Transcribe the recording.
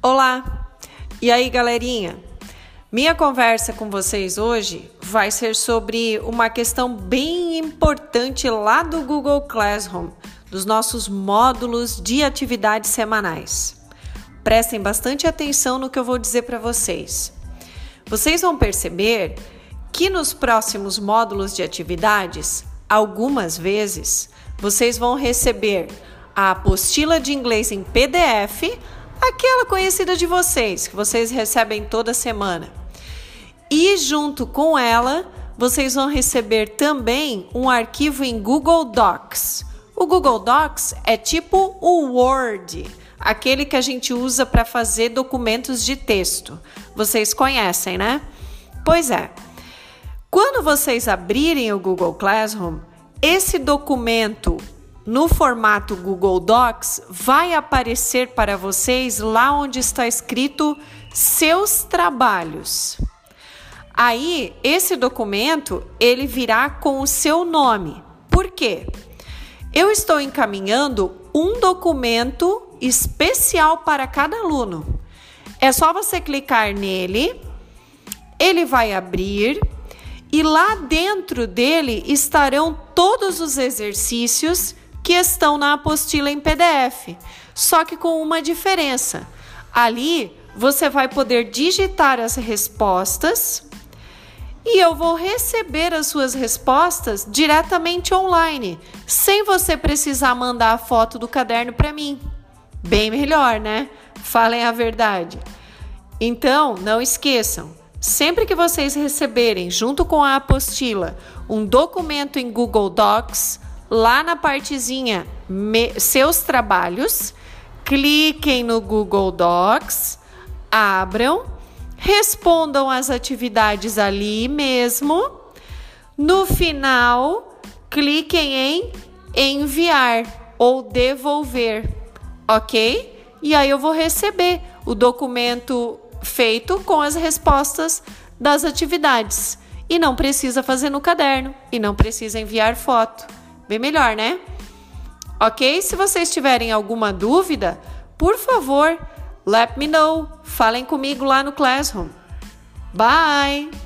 Olá! E aí, galerinha? Minha conversa com vocês hoje vai ser sobre uma questão bem importante lá do Google Classroom, dos nossos módulos de atividades semanais. Prestem bastante atenção no que eu vou dizer para vocês. Vocês vão perceber que nos próximos módulos de atividades, algumas vezes, vocês vão receber a apostila de inglês em PDF, aquela conhecida de vocês, que vocês recebem toda semana. E junto com ela, vocês vão receber também um arquivo em Google Docs. O Google Docs é tipo o Word, aquele que a gente usa para fazer documentos de texto. Vocês conhecem, né? Pois é. Quando vocês abrirem o Google Classroom, esse documento no formato Google Docs vai aparecer para vocês lá onde está escrito seus trabalhos. Aí, esse documento, ele virá com o seu nome. Por quê? Eu estou encaminhando um documento especial para cada aluno. É só você clicar nele, ele vai abrir e lá dentro dele estarão todos os exercícios que estão na apostila em PDF, só que com uma diferença. Ali você vai poder digitar as respostas e eu vou receber as suas respostas diretamente online, sem você precisar mandar a foto do caderno para mim. Bem melhor, né? Falem a verdade. Então, não esqueçam, sempre que vocês receberem, junto com a apostila, um documento em Google Docs, lá na partezinha Seus Trabalhos, cliquem no Google Docs, abram, respondam as atividades ali mesmo. No final, cliquem em enviar ou devolver, ok? E aí eu vou receber o documento feito com as respostas das atividades. E não precisa fazer no caderno, e não precisa enviar foto. Bem melhor, né? Ok? Se vocês tiverem alguma dúvida, por favor, let me know. Falem comigo lá no Classroom. Bye!